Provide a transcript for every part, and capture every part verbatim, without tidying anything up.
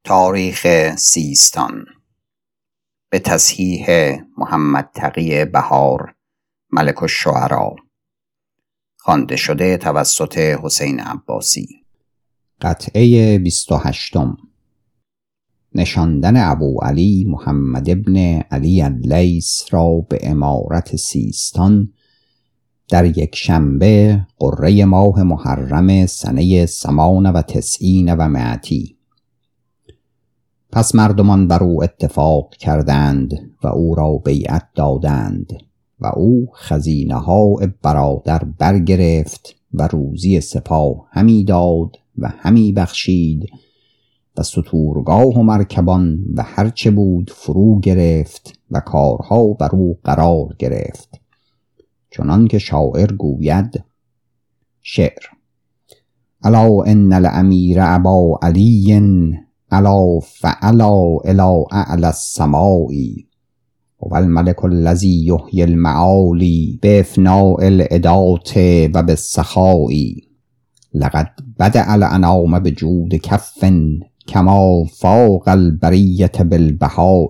تاریخ سیستان به تصحیح محمد تقی بهار ملک الشعراء، خوانده شده توسط حسین عباسی. قطعه بیست و هشتم. نشاندن ابوعلی محمد ابن علی اللیث را به امارت سیستان در یک شنبه قره ماه محرم سنه ثمان و تسعین و مئتی. پس مردمان بر او اتفاق کردند و او را بیعت دادند و او خزینه ها برادر برگرفت و روزی سپاه همی داد و همی بخشید و ستورگاه و مرکبان و هرچه بود فرو گرفت و کارها بر او قرار گرفت، چنان که شاعر گوید: شعر: الا ان الامیر ابا علی الا فعلا الى اعلی السماء و الملك الذی یحیی المعالی بافناء العدات و بالسخاء لقد بدأ الانام بجود کف کما فاق البریة بالبهاء.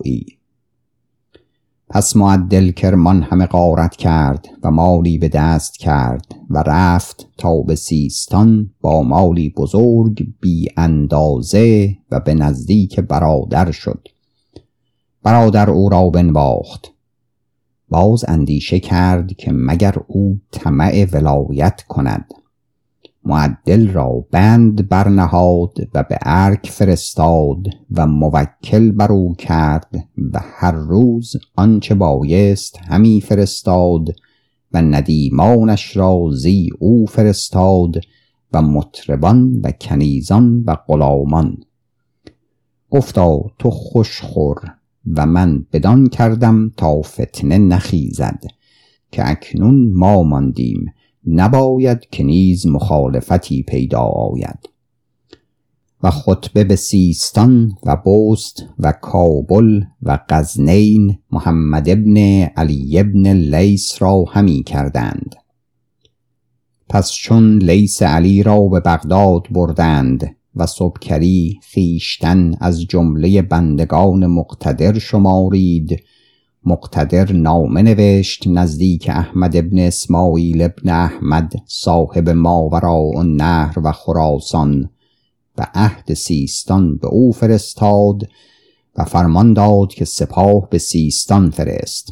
پس معدل کرمان همه غارت کرد و مالی به دست کرد و رفت تا به سیستان با مالی بزرگ بی اندازه و به نزدیک برادر شد. برادر او را بنواخت. باز اندیشه کرد که مگر او طمع ولایت کند. معدل را بند برنهاد و به ارک فرستاد و موکل بر او کرد و هر روز آنچه بایست همی فرستاد و ندیمانش را زی او فرستاد و مطربان و کنیزان و غلامان. گفتا تو خوش خور و من بدان کردم تا فتنه نخیزد که اکنون ما ماندیم، نباید که نیز مخالفتی پیدا آید. و خطبه به سیستان و بست و کابل و غزنین محمد ابن علی ابن اللیث را همی کردند. پس چون لیث علی را به بغداد بردند و سبکری خویشتن از جمله بندگان مقتدر شمارید، مقتدر نامه نوشت نزدیک احمد ابن اسماعیل ابن احمد صاحب ماوراء النهر و خراسان و عهد سیستان به او فرستاد و فرمان داد که سپاه به سیستان فرست.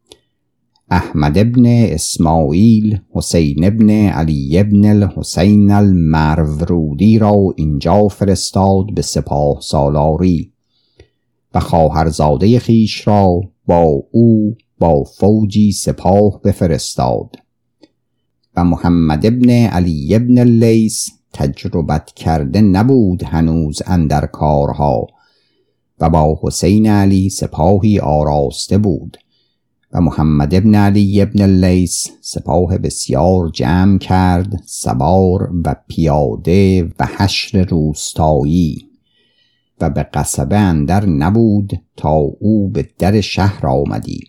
احمد ابن اسماعیل حسین ابن علی ابن الحسین المرورودی را اینجا فرستاد به سپاه سالاری و خواهرزاده خیش را با او با فوجی سپاه بفرستاد. و محمد ابن علی ابن اللیث تجربت کرده نبود هنوز اندر کارها و با حسین علی سپاهی آراسته بود. و محمد ابن علی ابن اللیث سپاه بسیار جمع کرد، سوار و پیاده و حشر روستایی، و به قصبه اندر نبود تا او به در شهر آمدی.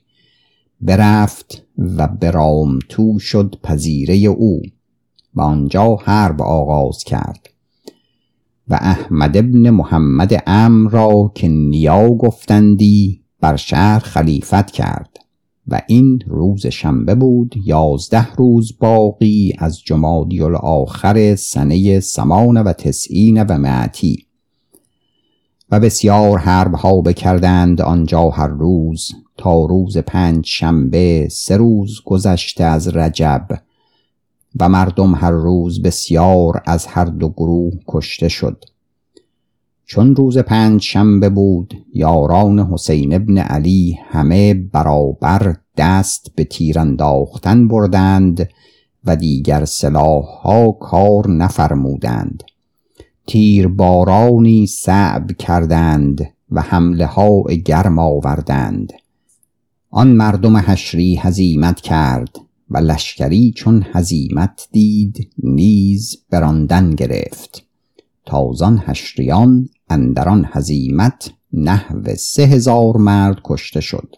برفت و برامتو شد پذیره او و آنجا حرب آغاز کرد. و احمد ابن محمد عمرو را که نیا گفتندی بر شهر خلیفت کرد و این روز شنبه بود، یازده روز باقی از جمادی الاخر سنه ثمان و تسعین و مئتی. و بسیار حرب ها بکردند آنجا هر روز تا روز پنج شنبه، سه روز گذشته از رجب، و مردم هر روز بسیار از هر دو گروه کشته شد. چون روز پنج شنبه بود، یاران حسین ابن علی همه برابر دست به تیر انداختن بردند و دیگر سلاح ها کار نفرمودند. تیر بارانی صعب کردند و حمله ها گرم آوردند. آن مردم حشری هزیمت کرد و لشکری چون هزیمت دید نیز براندن گرفت. تازان حشریان اندران هزیمت نحو سه هزار مرد کشته شد.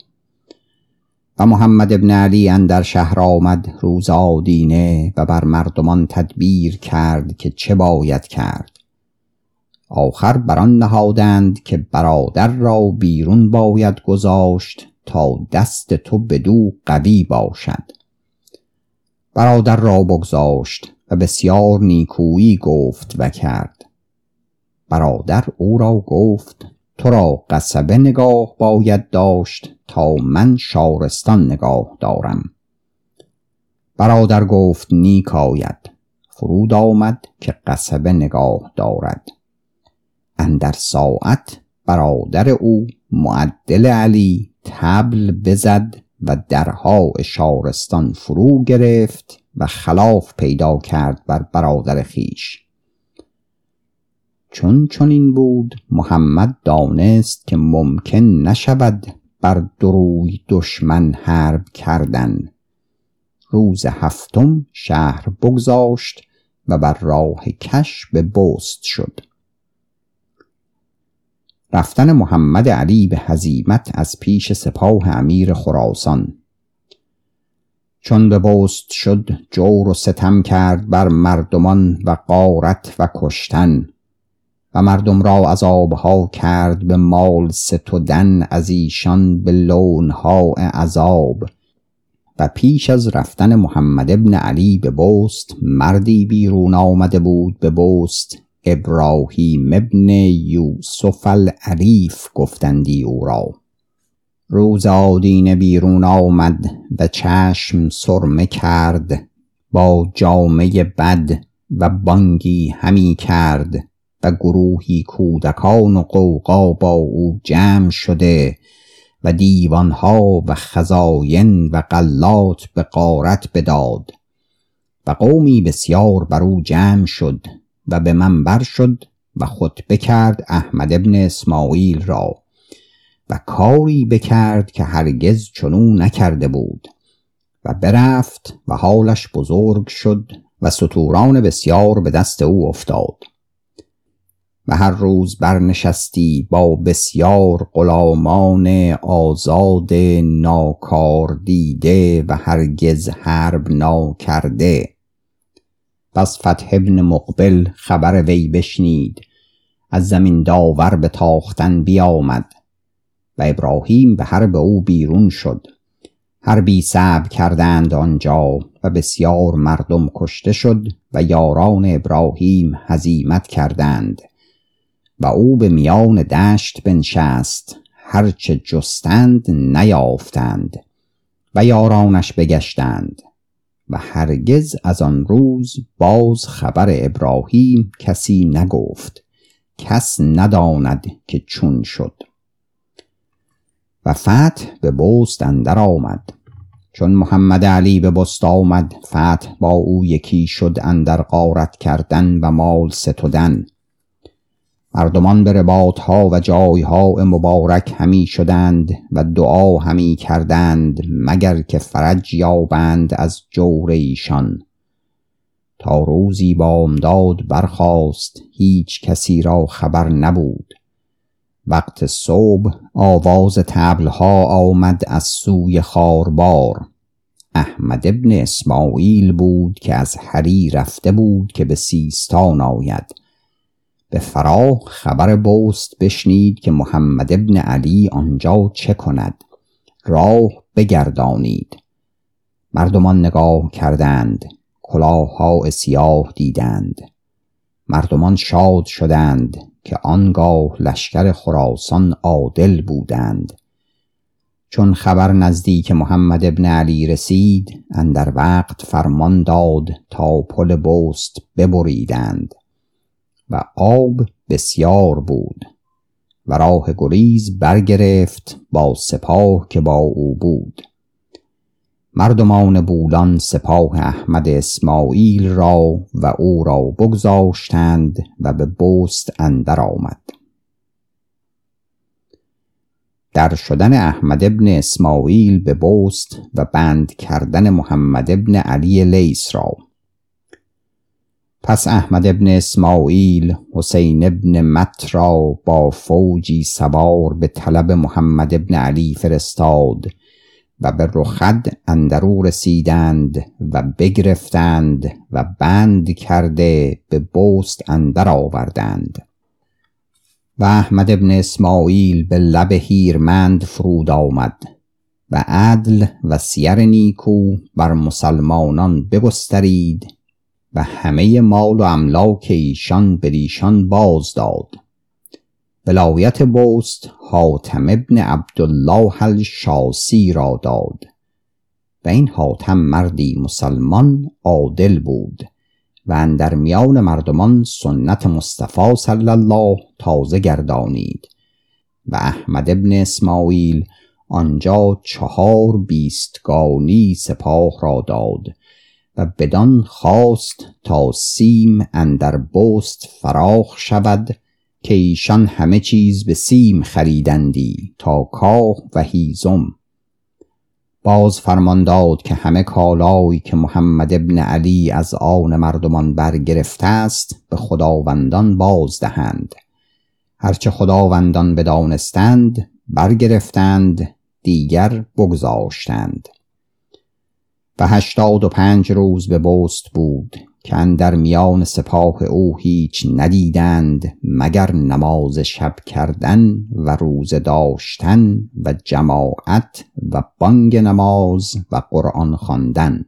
و محمد ابن علی اندر شهر آمد روز آدینه و بر مردمان تدبیر کرد که چه باید کرد. آخر بران نهادند که برادر را بیرون باید گذاشت تا دست تو بدو قوی باشد. برادر را بگذاشت و بسیار نیکویی گفت و کرد. برادر او را گفت تو را قصبه نگاه باید داشت تا من شارستان نگاه دارم. برادر گفت نیک آید. فرود آمد که قصبه نگاه دارد. اندر ساعت برادر او معدل علی طبل بزد و درها شارستان فرو گرفت و خلاف پیدا کرد بر برادر خیش. چون چنین بود محمد دانست که ممکن نشود بر دروی دشمن حرب کردن. روز هفتم شهر بگذاشت و بر راه کش به بست شد. رفتن محمد علی به هزیمت از پیش سپاه امیر خراسان. چون به بست شد جور و ستم کرد بر مردمان و غارت و کشتن و مردم را عذابها کرد به مال ستودن از ایشان به لونها عذاب. و پیش از رفتن محمد ابن علی به بست مردی بیرون آمده بود به بست، ابراهیم ابن یوسف العریف گفتندی او را. روز آدینه بیرون آمد و چشم سرمه کرد، با جامه بد و بانگی همی کرد و گروهی کودکان و غوغا با او جمع شده و دیوانها و خزاین و غلات به غارت بداد و قومی بسیار بر او جمع شد و به منبر شد و خطبه کرد احمد ابن اسماعیل را و کاری بکرد که هرگز چنو نکرده بود و برفت و حالش بزرگ شد و ستوران بسیار به دست او افتاد. و هر روز برنشستی با بسیار غلامان آزاد ناکار دیده و هرگز حرب ناکرده. پس فتح ابن مقبل خبر وی بشنید، از زمین داور به تاختن بیامد و ابراهیم به حرب او بیرون شد. حربی صعب کردند آنجا و بسیار مردم کشته شد و یاران ابراهیم هزیمت کردند و او به میان دشت بنشست، هرچه جستند نیافتند و یارانش بگشتند و هرگز از آن روز باز خبر ابراهیم کسی نگفت، کس نداند که چون شد. و فتح به بست اندر آمد. چون محمد علی به بست آمد، فتح با او یکی شد اندر غارت کردن و مال ستودن. مردمان به رباطها و جایها مبارک همی شدند و دعا همی کردند مگر که فرج یابند از جور ایشان. تا روزی بامداد برخاست، هیچ کسی را خبر نبود. وقت صبح آواز طبلها آمد از سوی خاربار. احمد ابن اسماعیل بود که از هری رفته بود که به سیستان آید. به فراه خبر بست بشنید که محمد ابن علی آنجا چه کند، راه بگردانید. مردمان نگاه کردند، کلاه‌ها سیاه دیدند. مردمان شاد شدند که آنگاه لشکر خراسان عادل بودند. چون خبر نزدیک محمد ابن علی رسید، اندر وقت فرمان داد تا پل بست ببریدند و آب بسیار بود و راه گریز برگرفت با سپاه که با او بود. مردمان بولان سپاه احمد اسماعیل را و او را بگذاشتند و به بست اندر آمد. در شدن احمد ابن اسماعیل به بست و بند کردن محمد ابن علی لیث را. پس احمد ابن اسماعیل حسین ابن مت را با فوجی سوار به طلب محمد ابن علی فرستاد و به رخد اندرو رسیدند و بگرفتند و بند کرده به بست اندر آوردند و احمد ابن اسماعیل به لب هیرمند فرود آمد و عدل و سیر نیکو بر مسلمانان بگسترید و همه مال و املاک ایشان بدیشان باز داد. ولایت بست حاتم ابن عبدالله الشاسی را داد و این حاتم مردی مسلمان عادل بود و اندر میان مردمان سنت مصطفی صلی الله تازه گردانید و احمد ابن اسماعیل آنجا چهار بیستگانی سپاه را داد و بدان خواست تا سیم اندر بست فراخ شود که ایشان همه چیز به سیم خریدندی تا کاه و هیزم. باز فرمان داد که همه کالایی که محمد ابن علی از آن مردمان برگرفته است به خداوندان باز دهند. هرچه خداوندان بدانستند برگرفتند، دیگر بگذاشتند. و هشتاد و پنج روز به بست بود که اندر میان سپاه او هیچ ندیدند مگر نماز شب کردن و روزه داشتن و جماعت و بانگ نماز و قرآن خواندن.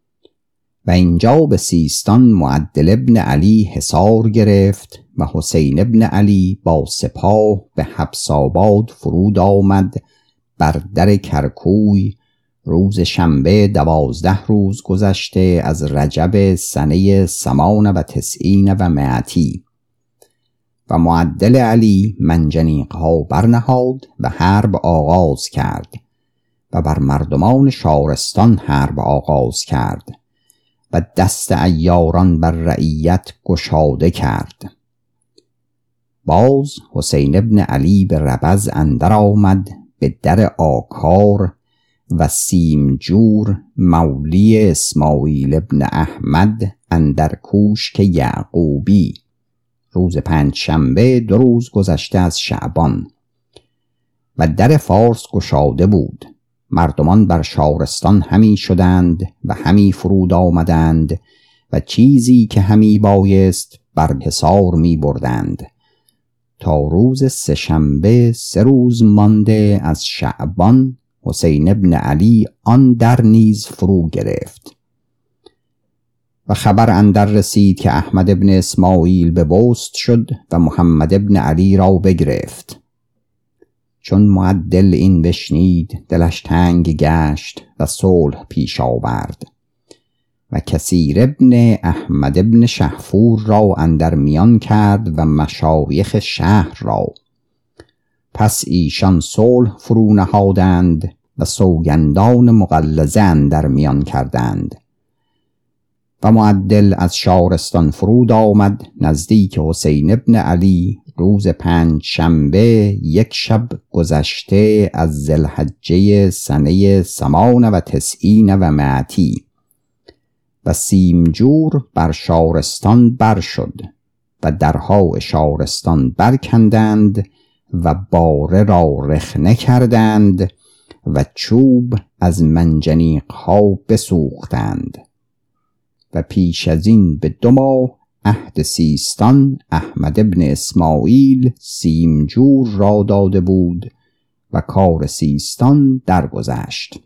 و اینجا به سیستان معدل ابن علی حصار گرفت و حسین ابن علی با سپاه به حبس‌آباد فرود آمد بر در کرکوی روز شنبه دوازده روز گذشته از رجب سنه سمان و تسعین و معتی. و معدل علی منجنیقها برنهاد و حرب آغاز کرد و بر مردمان شارستان حرب آغاز کرد و دست عیاران بر رعیت گشاده کرد. باز حسین ابن علی به ربز اندر آمد به در آکار و سیمجور مولی اسماعیل ابن احمد اندر کوشک یعقوبی روز پنج شنبه دو روز گذشته از شعبان. و در فارس گشاده بود، مردمان بر شارستان همی شدند و همی فرود آمدند و چیزی که همی بایست بر حصار می بردند تا روز سه شنبه سه روز مانده از شعبان حسین ابن علی آن در نیز فرو گرفت. و خبر اندر رسید که احمد ابن اسماعیل به بست شد و محمد ابن علی را بگرفت. چون معدل این بشنید دلش تنگ گشت و صلح پیش آورد و کثیر ابن احمد ابن شهفور را اندر میان کرد و مشایخ شهر را. پس ایشان صلح فرو نهادند و سوگندان مغلظه اندر میان کردند. و معدل از شارستان فرود آمد نزدیک حسین ابن علی روز پنج شنبه یک شب گذشته از ذوالحجه سنه سمان و تسعین و معتی. و سیمجور بر شارستان بر شد و درها شارستان برکندند و باره را رخنه کردند و چوب از منجنیقها بسوختند. و پیش از این به دو ماه عهد سیستان احمد ابن اسماعیل سیمجور را داده بود و کار سیستان درگذشت.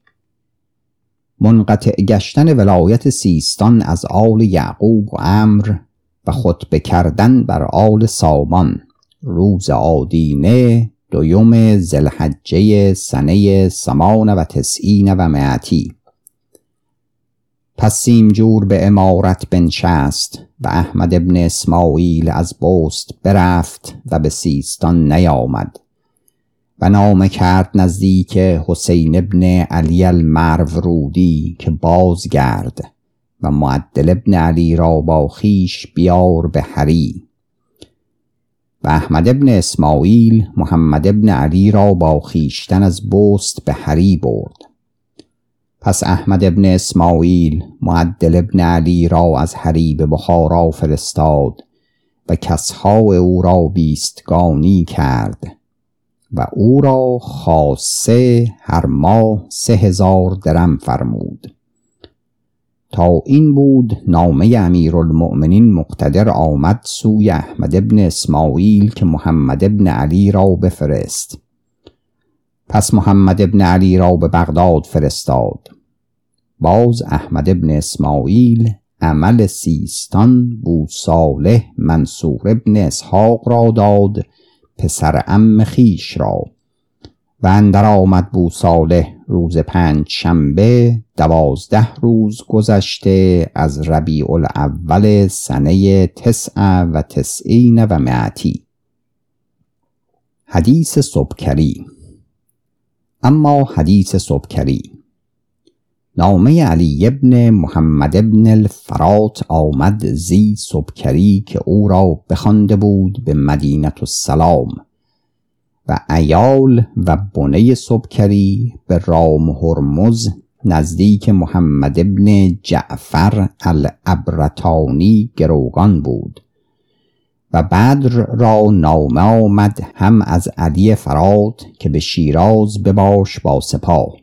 منقطع گشتن ولایت سیستان از آل یعقوب و عمرو و خطبه کردن بر آل سامان روز آدینه دویم ذوالحجه سنه سمان و تسعین و معتی. پس سیمجور به امارت بنشست و احمد ابن اسماعیل از بست برفت و به سیستان نیامد و نامه کرد نزدیک حسین ابن علی المرورودی که بازگرد و معدل ابن علی را با خیش بیار به هری. و احمد ابن اسماعیل محمد ابن علی را با خیشتن از بست به هری برد. پس احمد ابن اسماعیل معدل ابن علی را از هری به بخارا فرستاد و کسها او را بیستگانی کرد و او را خاصه هر ماه سه هزار درم فرمود تا این بود نامه امیرالمؤمنین مقتدر آمد سوی احمد ابن اسماعیل که محمد ابن علی را بفرست. پس محمد ابن علی را به بغداد فرستاد. باز احمد ابن اسماعیل عمل سیستان بوصالح منصور ابن اسحاق را داد پسر عم خویش را و اندر آمد بوصالح روز پنج شنبه دوازده روز گذشته از ربیع الاول سنه تسع و تسعین و مئتی. حدیث سبکری. اما حدیث سبکری. نامه علی ابن محمد ابن الفرات آمد زی سبکری که او را بخوانده بود به مدینة السلام و عیال و بنه سبکری به رام هرمز نزدیک محمد ابن جعفر العبرتانی گروگان بود و بدر را نامه آمد هم از علی فرات که به شیراز بباش با سپاه.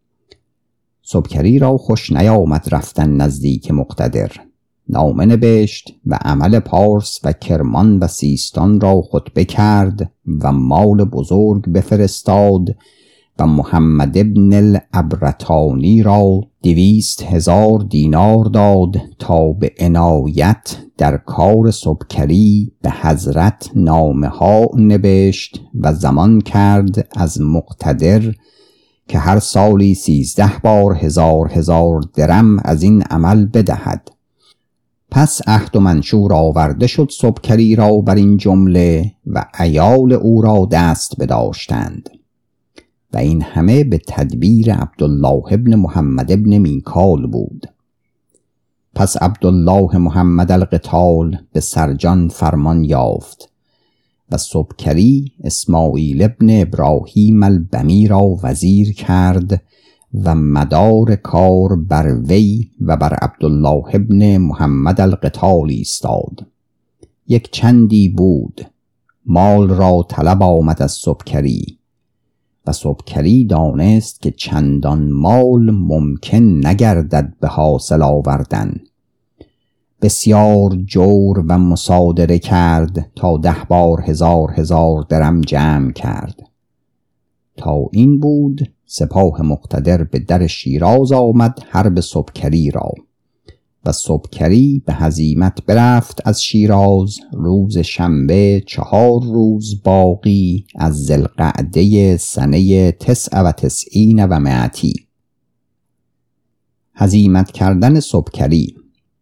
سبکری را خوش نیامد رفتن نزدیک مقتدر، نامه نبشت و عمل پارس و کرمان و سیستان را خطبه کرد و مال بزرگ بفرستاد و محمد ابن العبرتانی را دویست هزار دینار داد تا به عنایت در کار سبکری به حضرت نامه ها نبشت و زمان کرد از مقتدر که هر سالی سیزده بار هزار هزار درم از این عمل بدهد. پس عهد و منشور آورده شد سبکری را بر این جمله و عیال او را دست بداشتند و این همه به تدبیر عبدالله ابن محمد ابن میکال بود. پس عبدالله محمد القتال به سرجان فرمان یافت و سبکری اسماعیل ابن ابراهیم البمی را وزیر کرد و مدار کار بر وی و بر عبدالله ابن محمد القتال ایستاد. یک چندی بود مال را طلب آمد از سبکری و سبکری دانست که چندان مال ممکن نگردد به حاصل آوردن. بسیار جور و مصادره کرد تا ده بار هزار هزار درم جمع کرد. تا این بود سپاه مقتدر به در شیراز آمد حرب سبکری را و سبکری به هزیمت برفت از شیراز روز شنبه چهار روز باقی از ذوالقعده سنه تسع و تسعین و مئتی. هزیمت کردن سبکری.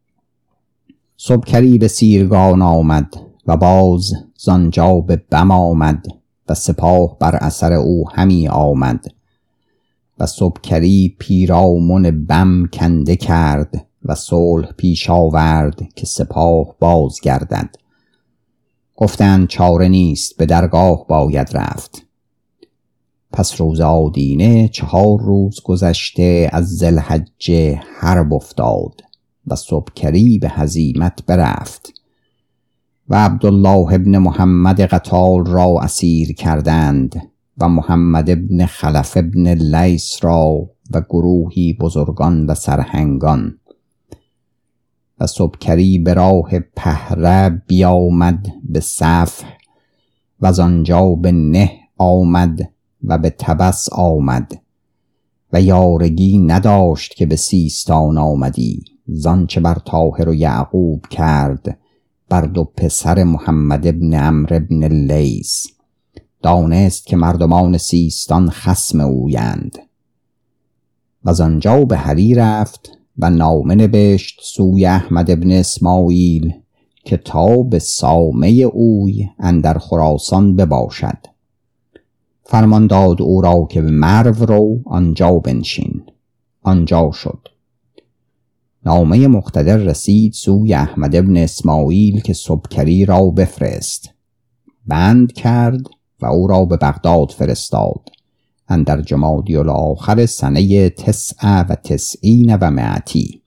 سبکری به سیرگان آمد و باز زانجا به بم آمد و سپاه بر اثر او همی آمد و سبکری پیرامون بم کنده کرد و صلح پیش آورد که سپاه باز گردد. گفتند چاره نیست، به درگاه باید رفت. پس روز آدینه چهار روز گذشته از ذوالحجه حرب افتاد و سبکری به هزیمت برفت و عبدالله ابن محمد قتال را اسیر کردند و محمد ابن خلف ابن لیث را و گروهی بزرگان و سرهنگان. و سبکری به راه پهره بیامد به صفح و زانجا به نه آمد و به تبس آمد و یارگی نداشت که به سیستان آمدی، زانچه بر طاهر و یعقوب کرد بر دو پسر محمد ابن عمرو ابن لیث. دانست که مردمان سیستان خصم اویند و زانجا به هری رفت و نامه نبشت سوی احمد ابن اسماعیل که تا به سامه اوی اندر خراسان بباشد. فرمان داد او را که به مرو رو آنجا بنشین. آنجا شد. نامه مقتدر رسید سوی احمد ابن اسماعیل که سبکری را بفرست. بند کرد و او را به بغداد فرستاد اندر جمادی الاخر سنه تسع و تسعین و مئتی.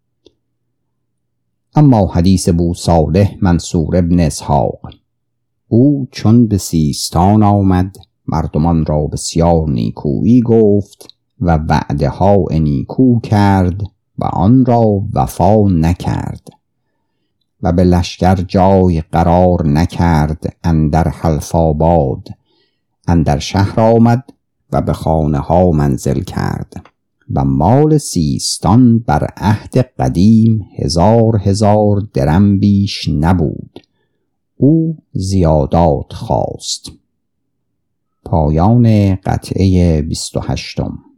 اما حدیث بوصالح منصور ابن اسحاق. او چون به سیستان آمد مردمان را بسیار نیکویی گفت و وعده ها نیکو کرد و آن را وفا نکرد و به لشکر جای قرار نکرد اندر حلف آباد. اندر شهر آمد و به خانه ها منزل کرد و مال سیستان بر عهد قدیم هزار هزار درم بیش نبود. او زیادات خواست. پایان قطعه بیست و هشتم.